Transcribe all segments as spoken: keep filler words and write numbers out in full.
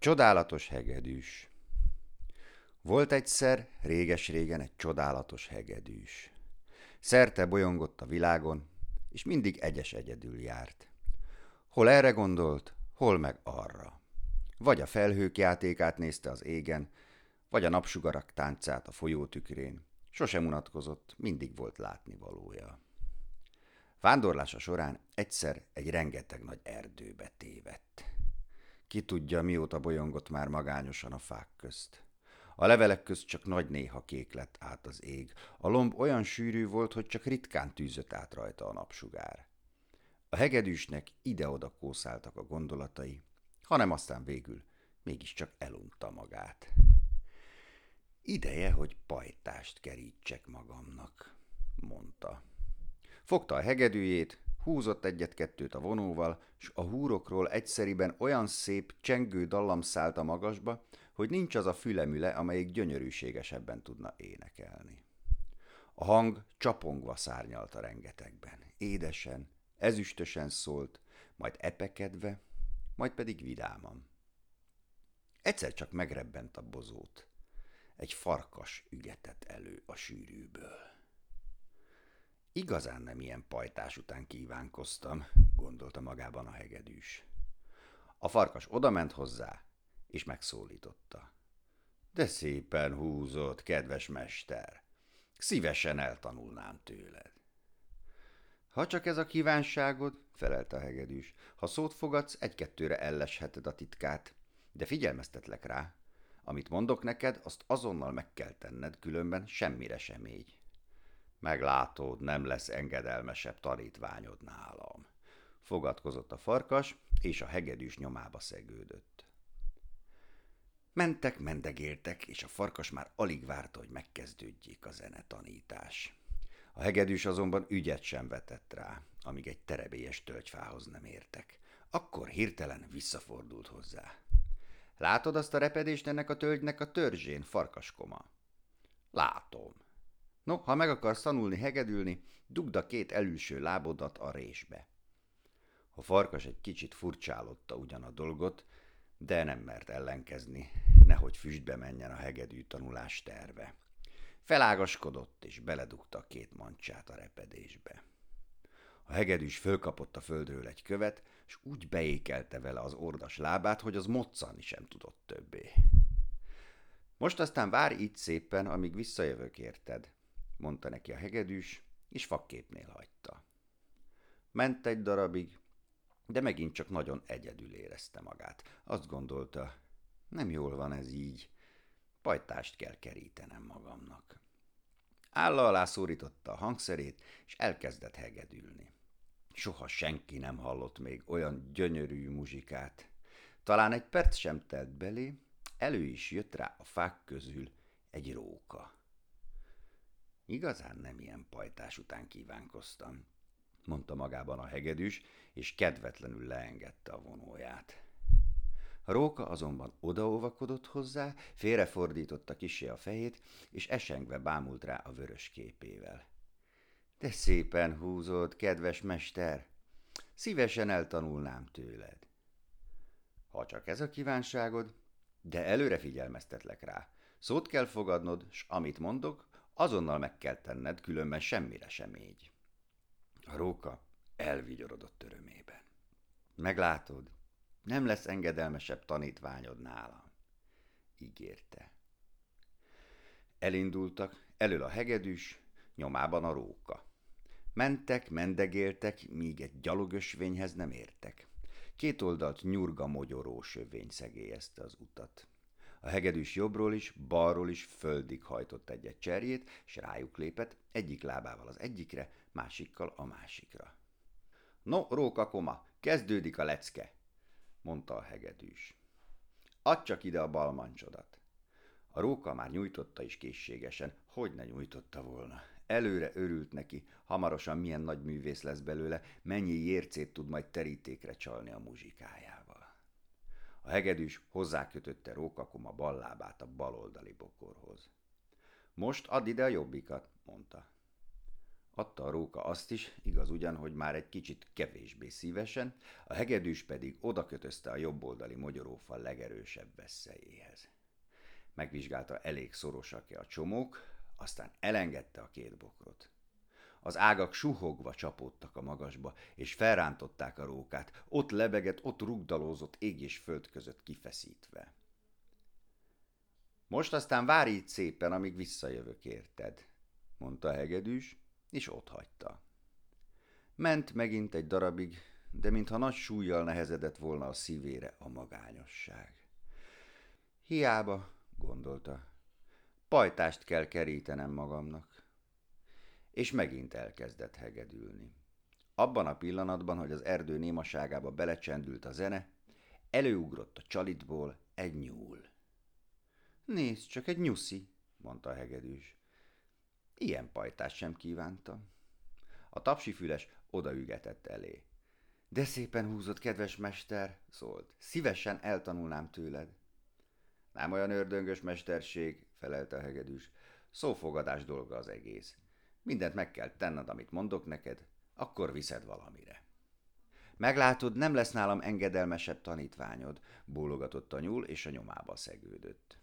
Csodálatos hegedűs. Volt egyszer, réges-régen egy csodálatos hegedűs. Szerte bolyongott a világon, és mindig egyes egyedül járt. Hol erre gondolt, hol meg arra. Vagy a felhők játékát nézte az égen, vagy a napsugarak táncát a folyó tükrén. Sosem unatkozott, mindig volt látnivalója. Vándorlása során egyszer egy rengeteg nagy erdőbe tévedt. Ki tudja, mióta bolyongott már magányosan a fák közt. A levelek közt csak nagy néha kék lett át az ég. A lomb olyan sűrű volt, hogy csak ritkán tűzött át rajta a napsugár. A hegedűsnek ide-oda kószáltak a gondolatai, hanem aztán végül mégiscsak elunta magát. Ideje, hogy pajtást kerítsek magamnak, mondta. Fogta a hegedűjét, húzott egyet-kettőt a vonóval, s a húrokról egyszeriben olyan szép, csengő dallam szállt a magasba, hogy nincs az a fülemüle, amelyik gyönyörűségesebben tudna énekelni. A hang csapongva szárnyalt a rengetegben. Édesen, ezüstösen szólt, majd epekedve, majd pedig vidáman. Egyszer csak megrebbent a bozót. Egy farkas ügetett elő a sűrűből. Igazán nem ilyen pajtás után kívánkoztam, gondolta magában a hegedűs. A farkas odament hozzá, és megszólította. De szépen húzott, kedves mester! Szívesen eltanulnám tőled. Ha csak ez a kívánságod, felelte a hegedűs, ha szót fogadsz, egy-kettőre ellesheted a titkát, de figyelmeztetlek rá, amit mondok neked, azt azonnal meg kell tenned, különben semmire sem égy. Meglátod, nem lesz engedelmesebb tanítványod nálam. Fogadkozott a farkas, és a hegedűs nyomába szegődött. Mentek, mendegéltek, és a farkas már alig várta, hogy megkezdődjék a zenetanítás. A hegedűs azonban ügyet sem vetett rá, amíg egy terebélyes tölgyfához nem értek. Akkor hirtelen visszafordult hozzá. Látod azt a repedést ennek a tölgynek a törzsén, farkaskoma? Látom. No, ha meg akarsz tanulni hegedülni, dugd a két elülső lábodat a résbe. A farkas egy kicsit furcsálotta ugyan a dolgot, de nem mert ellenkezni, nehogy füstbe menjen a hegedű tanulás terve. Felágaskodott, és beledugta a két mancsát a repedésbe. A hegedűs fölkapott a földről egy követ, és úgy beékelte vele az ordas lábát, hogy az moccanni sem tudott többé. Most aztán várj itt szépen, amíg visszajövök érted, mondta neki a hegedűs, és fakképnél hagyta. Ment egy darabig, de megint csak nagyon egyedül érezte magát. Azt gondolta, nem jól van ez így, pajtást kell kerítenem magamnak. Álla alá szorította a hangszerét, és elkezdett hegedülni. Soha senki nem hallott még olyan gyönyörű muzsikát. Talán egy perc sem telt belé, elő is jött rá a fák közül egy róka. Igazán nem ilyen pajtás után kívánkoztam, mondta magában a hegedűs, és kedvetlenül leengedte a vonóját. A róka azonban odaóvakodott hozzá, félrefordította kissé a fejét, és esengve bámult rá a vörös képével. De szépen húzod, kedves mester! Szívesen eltanulnám tőled. Ha csak ez a kívánságod, de előre figyelmeztetlek rá. Szót kell fogadnod, s amit mondok, azonnal meg kell tenned, különben semmire sem égy. A róka elvigyorodott örömében. Meglátod, nem lesz engedelmesebb tanítványod nálam, ígérte. Elindultak, elől a hegedűs, nyomában a róka. Mentek, mendegéltek, míg egy gyalogösvényhez nem értek. Két oldalt nyurga mogyoró sövény szegélyezte az utat. A hegedűs jobbról is, balról is földig hajtott egy-egy cserjét, s rájuk lépett, egyik lábával az egyikre, másikkal a másikra. No, rókakoma, kezdődik a lecke, mondta a hegedűs. Add csak ide a bal mancsodat. A róka már nyújtotta is készségesen, hogy ne nyújtotta volna. Előre örült neki, hamarosan milyen nagy művész lesz belőle, mennyi jércét tud majd terítékre csalni a muzsikájával. A hegedűs hozzákötötte rókakoma bal lábát a baloldali bokorhoz. Most add ide a jobbikat, mondta. Adta a róka azt is, igaz ugyan, hogy már egy kicsit kevésbé szívesen, a hegedűs pedig odakötözte a jobboldali mogyorófal legerősebb vesszejéhez. Megvizsgálta, elég szorosak-e a csomók, aztán elengedte a két bokrot. Az ágak suhogva csapódtak a magasba, és felrántották a rókát, ott lebegett, ott rugdalózott ég és föld között kifeszítve. Most aztán várj itt szépen, amíg visszajövök érted, mondta a hegedűs, és otthagyta. Ment megint egy darabig, de mintha nagy súllyal nehezedett volna a szívére a magányosság. Hiába, gondolta, pajtást kell kerítenem magamnak. És megint elkezdett hegedülni. Abban a pillanatban, hogy az erdő némaságába belecsendült a zene, előugrott a csalitból egy nyúl. Nézd, csak egy nyuszi, mondta a hegedűs. Ilyen pajtást sem kívántam. A tapsifüles odaügetett elé. De szépen húzott, kedves mester, szólt. Szívesen eltanulnám tőled. Nem olyan ördöngös mesterség, felelte a hegedűs. Szófogadás dolga az egész. Mindent meg kell tenned, amit mondok neked, akkor viszed valamire. Meglátod, nem lesz nálam engedelmesebb tanítványod, bólogatott a nyúl, és a nyomába szegődött.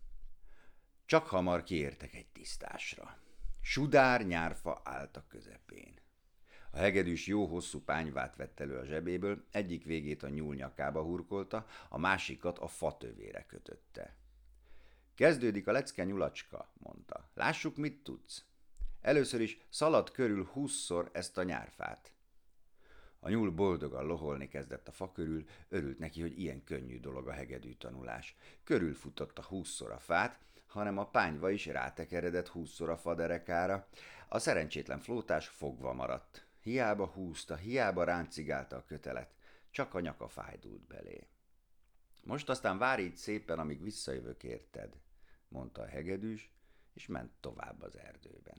Csak hamar kiértek egy tisztásra. Sudár nyárfa állt a közepén. A hegedűs jó hosszú pányvát vett elő a zsebéből, egyik végét a nyúl nyakába hurkolta, a másikat a fatövére kötötte. Kezdődik a lecke, nyulacska, mondta. Lássuk, mit tudsz. Először is szalad körül húszszor ezt a nyárfát. A nyúl boldogan loholni kezdett a fa körül, örült neki, hogy ilyen könnyű dolog a hegedű tanulás. Körülfutotta húszszor a fát, hanem a pányva is rátekeredett húszszor a fa derekára. A szerencsétlen flótás fogva maradt. Hiába húzta, hiába ráncigálta a kötelet, csak a nyaka fájdult belé. Most aztán várj itt szépen, amíg visszajövök érted, mondta a hegedűs, és ment tovább az erdőben.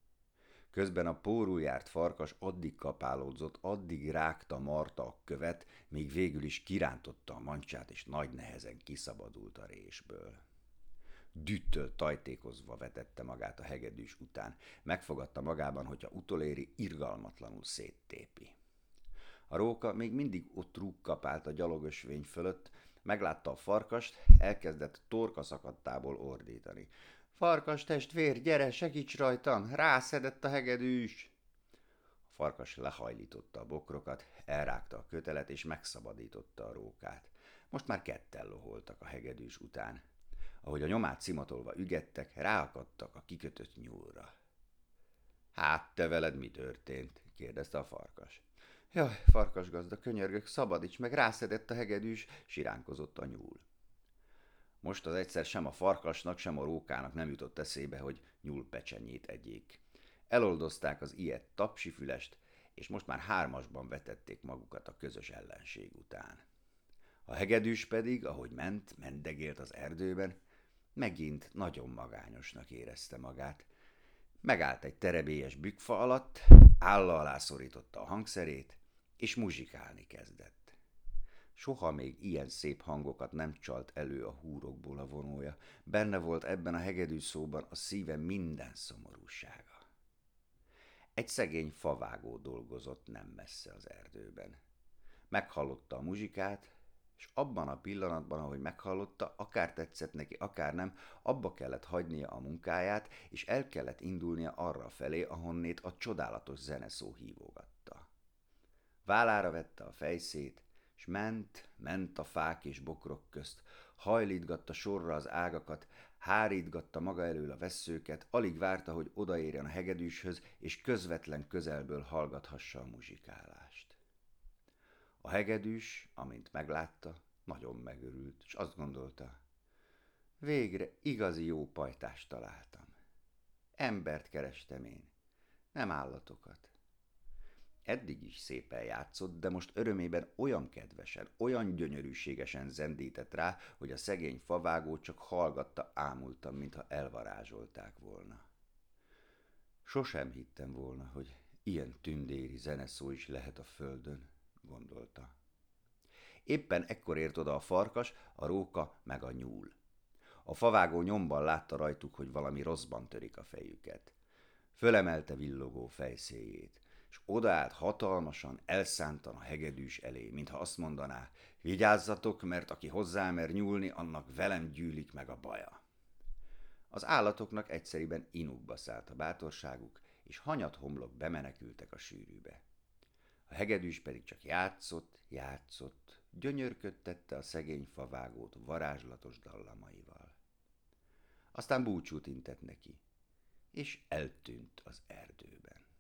Közben a pórul járt farkas addig kapálódzott, addig rágta marta a követ, míg végül is kirántotta a mancsát, és nagy nehezen kiszabadult a résből. Düttől tajtékozva vetette magát a hegedűs után. Megfogadta magában, hogyha utoléri, irgalmatlanul széttépi. A róka még mindig ott rúgkapált a gyalogösvény fölött, meglátta a farkast, elkezdett torka szakadtából ordítani. Farkas testvér, gyere, segíts rajtam, rászedett a hegedűs! A farkas lehajlította a bokrokat, elrágta a kötelet és megszabadította a rókát. Most már ketten loholtak a hegedűs után. Ahogy a nyomát szimatolva ügettek, ráakadtak a kikötött nyúlra. Hát te veled mi történt? Kérdezte a farkas. Jaj, farkasgazda, könyörgök, szabadíts meg, rászedett a hegedűs, siránkozott a nyúl. Most az egyszer sem a farkasnak, sem a rókának nem jutott eszébe, hogy nyúlpecsenyét egyék. Eloldozták az ilyet tapsifülest, és most már hármasban vetették magukat a közös ellenség után. A hegedűs pedig, ahogy ment, mendegélt az erdőben, megint nagyon magányosnak érezte magát. Megállt egy terebélyes bükkfa alatt, álla alá szorította a hangszerét, és muzsikálni kezdett. Soha még ilyen szép hangokat nem csalt elő a húrokból a vonója. Benne volt ebben a hegedű szóban a szíve minden szomorúsága. Egy szegény favágó dolgozott nem messze az erdőben. Meghallotta a muzsikát, és abban a pillanatban, ahogy meghallotta, akár tetszett neki, akár nem, abba kellett hagynia a munkáját, és el kellett indulnia arra felé, ahonnét a csodálatos zeneszó hívogatta. Vállára vette a fejszét, és ment, ment a fák és bokrok közt, hajlítgatta sorra az ágakat, hárítgatta maga elől a vesszőket, alig várta, hogy odaérjen a hegedűshöz, és közvetlen közelből hallgathassa a muzsikálást. A hegedűs, amint meglátta, nagyon megörült, és azt gondolta, végre igazi jó pajtást találtam. Embert kerestem én, nem állatokat. Eddig is szépen játszott, de most örömében olyan kedvesen, olyan gyönyörűségesen zendített rá, hogy a szegény favágó csak hallgatta ámultan, mintha elvarázsolták volna. Sosem hittem volna, hogy ilyen tündéri zeneszó is lehet a földön, gondolta. Éppen ekkor ért oda a farkas, a róka meg a nyúl. A favágó nyomban látta rajtuk, hogy valami rosszban törik a fejüket. Fölemelte villogó fejszéjét, és odaállt hatalmasan, elszántan a hegedűs elé, mintha azt mondaná, vigyázzatok, mert aki hozzámer nyúlni, annak velem gyűlik meg a baja. Az állatoknak egyszeriben inukba szállt a bátorságuk, és hanyat homlok bemenekültek a sűrűbe. A hegedűs pedig csak játszott, játszott, gyönyörködtette a szegény favágót varázslatos dallamaival. Aztán búcsút intett neki, és eltűnt az erdőben.